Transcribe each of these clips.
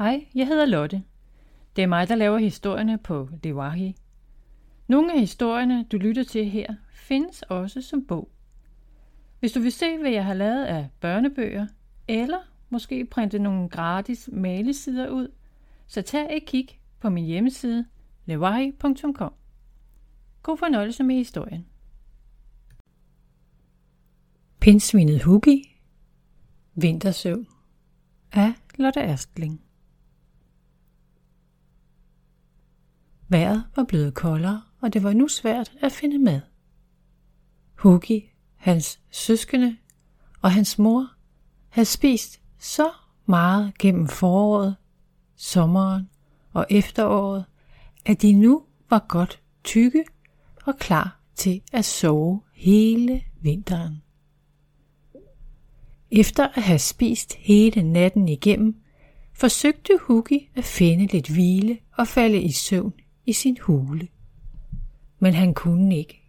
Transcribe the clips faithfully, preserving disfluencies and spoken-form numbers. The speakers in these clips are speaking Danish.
Hej, jeg hedder Lotte. Det er mig, der laver historierne på Lewahi. Nogle af historierne, du lytter til her, findes også som bog. Hvis du vil se, hvad jeg har lavet af børnebøger, eller måske printe nogle gratis malesider ud, så tag et kig på min hjemmeside lewahi punktum com. God fornøjelse med historien. Pindsvinet Hugi. Vintersøvn af Lotte Astling. Vejret var blevet koldere, og det var nu svært at finde mad. Hugi, hans søskende og hans mor havde spist så meget gennem foråret, sommeren og efteråret, at de nu var godt tykke og klar til at sove hele vinteren. Efter at have spist hele natten igennem, forsøgte Hugi at finde lidt hvile og falde i søvn i sin hule. Men han kunne ikke.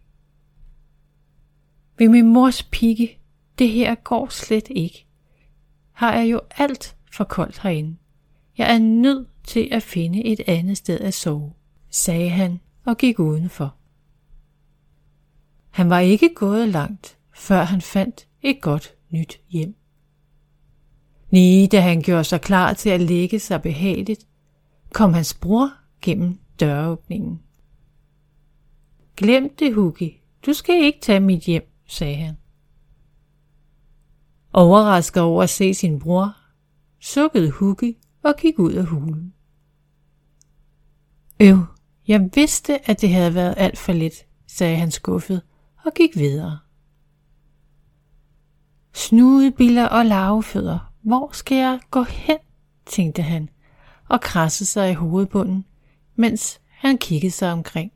Ved min mors pigge, det her går slet ikke. Her er jo alt for koldt herinde. Jeg er nødt til at finde et andet sted at sove, sagde han og gik udenfor. Han var ikke gået langt, før han fandt et godt nyt hjem. Lige da han gjorde sig klar til at lægge sig behageligt, kom hans bror gennem døråbningen. Glem det, Hugi. Du skal ikke tage mit hjem, sagde han. Overrasket over at se sin bror, sukkede Hugi og gik ud af hulen. Øv, jeg vidste, at det havde været alt for lidt, sagde han skuffet og gik videre. Snudebiller og larvefødder, hvor skal jeg gå hen, tænkte han og kradsede sig i hovedbunden, mens han kiggede sig omkring.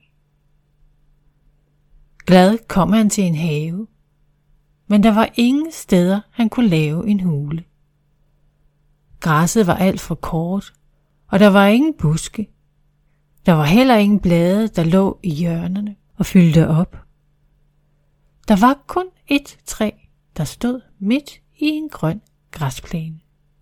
Glad kom han til en have, men der var ingen steder, han kunne lave en hule. Græsset var alt for kort, og der var ingen buske. Der var heller ingen blade, der lå i hjørnerne og fyldte op. Der var kun et træ, der stod midt i en grøn græsplæne.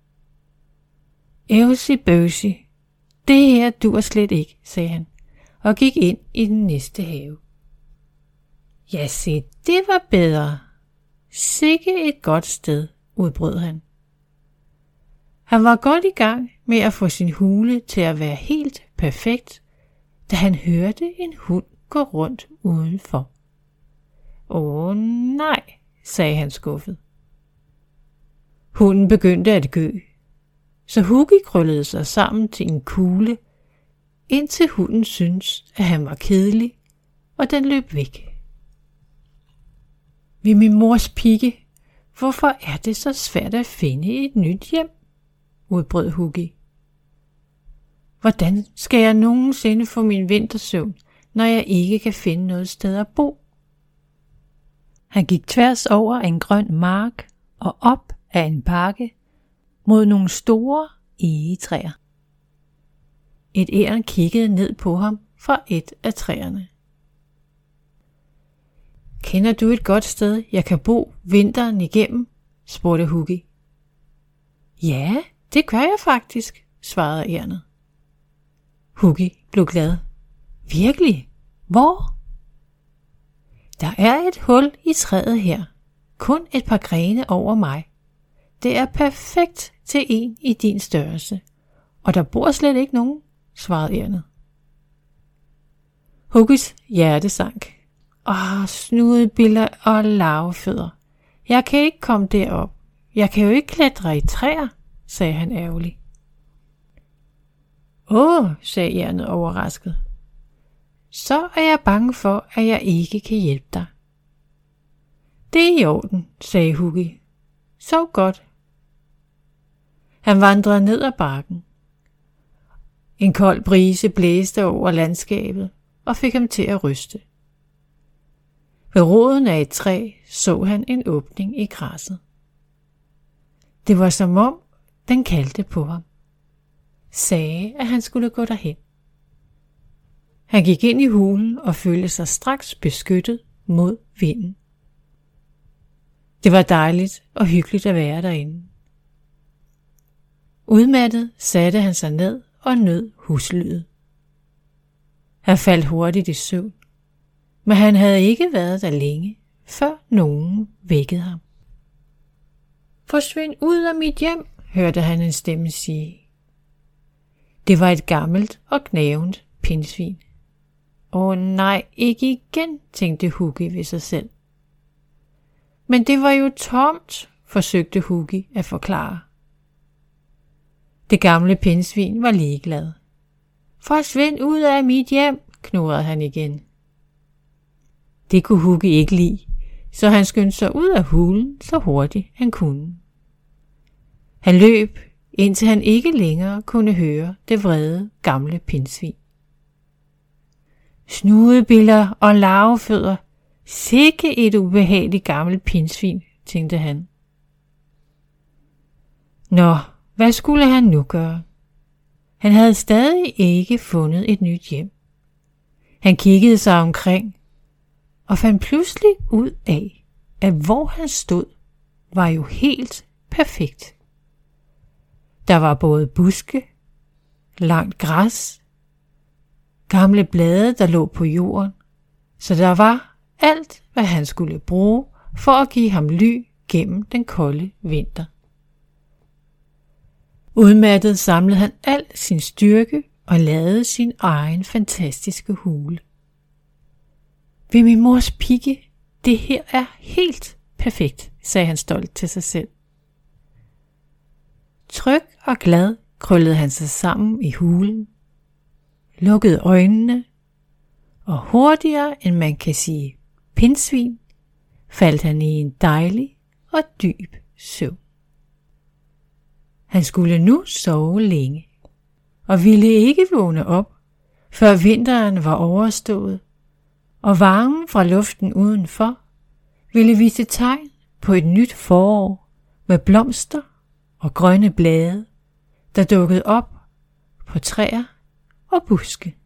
Øvsi bøvsi, det her duer slet ikke, sagde han, og gik ind i den næste have. Ja, se, det var bedre. Sikke et godt sted, udbrød han. Han var godt i gang med at få sin hule til at være helt perfekt, da han hørte en hund gå rundt udenfor. Åh nej, sagde han skuffet. Hunden begyndte at gø, så Hugi krøllede sig sammen til en kugle, indtil hunden syntes, at han var kedelig, og den løb væk. Ved min mors pigge, hvorfor er det så svært at finde et nyt hjem? Udbrød Hugi. Hvordan skal jeg nogensinde få min vintersøvn, når jeg ikke kan finde noget sted at bo? Han gik tværs over en grøn mark og op af en bakke mod nogle store egetræer. Et egern kiggede ned på ham fra et af træerne. Kender du et godt sted, jeg kan bo vinteren igennem? Spurgte Hugi. Ja, det gør jeg faktisk, svarede egernet. Hugi blev glad. Virkelig? Hvor? Der er et hul i træet her. Kun et par grene over mig. Det er perfekt til en i din størrelse. Og der bor slet ikke nogen, svarede egernet. Hugis hjerte sank. Åh, snudebiller og larvefødder. Jeg kan ikke komme derop. Jeg kan jo ikke klatre i træer, sagde han ærgerligt. Åh, sagde egernet overrasket. Så er jeg bange for, at jeg ikke kan hjælpe dig. Det er i orden, sagde Hugi. Sov godt. Han vandrede ned ad bakken. En kold brise blæste over landskabet og fik ham til at ryste. Ved roden af et træ så han en åbning i græsset. Det var som om, den kaldte på ham. Sagde, at han skulle gå derhen. Han gik ind i hulen og følte sig straks beskyttet mod vinden. Det var dejligt og hyggeligt at være derinde. Udmattet satte han sig ned og nød huslydet. Han faldt hurtigt i søvn, men han havde ikke været der længe, før nogen vækkede ham. Forsvind ud af mit hjem, hørte han en stemme sige. Det var et gammelt og gnavent pindsvin. Åh nej, ikke igen, tænkte Hugi ved sig selv. Men det var jo tomt, forsøgte Hugi at forklare. Det gamle pindsvin var ligeglad. Forsvind ud af mit hjem, knurrede han igen. Det kunne Hugi ikke lide, så han skyndte sig ud af hulen så hurtigt han kunne. Han løb, indtil han ikke længere kunne høre det vrede gamle pindsvin. Snudebiller og larvefødder, sikke et ubehageligt gammelt pindsvin, tænkte han. Nå, hvad skulle han nu gøre? Han havde stadig ikke fundet et nyt hjem. Han kiggede sig omkring og fandt pludselig ud af, at hvor han stod, var jo helt perfekt. Der var både buske, langt græs, gamle blade, der lå på jorden, så der var alt, hvad han skulle bruge for at give ham ly gennem den kolde vinter. Udmattet samlede han al sin styrke og lavede sin egen fantastiske hule. Ved min mors pigge, det her er helt perfekt, sagde han stolt til sig selv. Tryg og glad krøllede han sig sammen i hulen, lukkede øjnene, og hurtigere end man kan sige pindsvin, faldt han i en dejlig og dyb søvn. Han skulle nu sove længe, og ville ikke vågne op, før vinteren var overstået, og varmen fra luften udenfor ville vise tegn på et nyt forår med blomster og grønne blade, der dukkede op på træer og buske.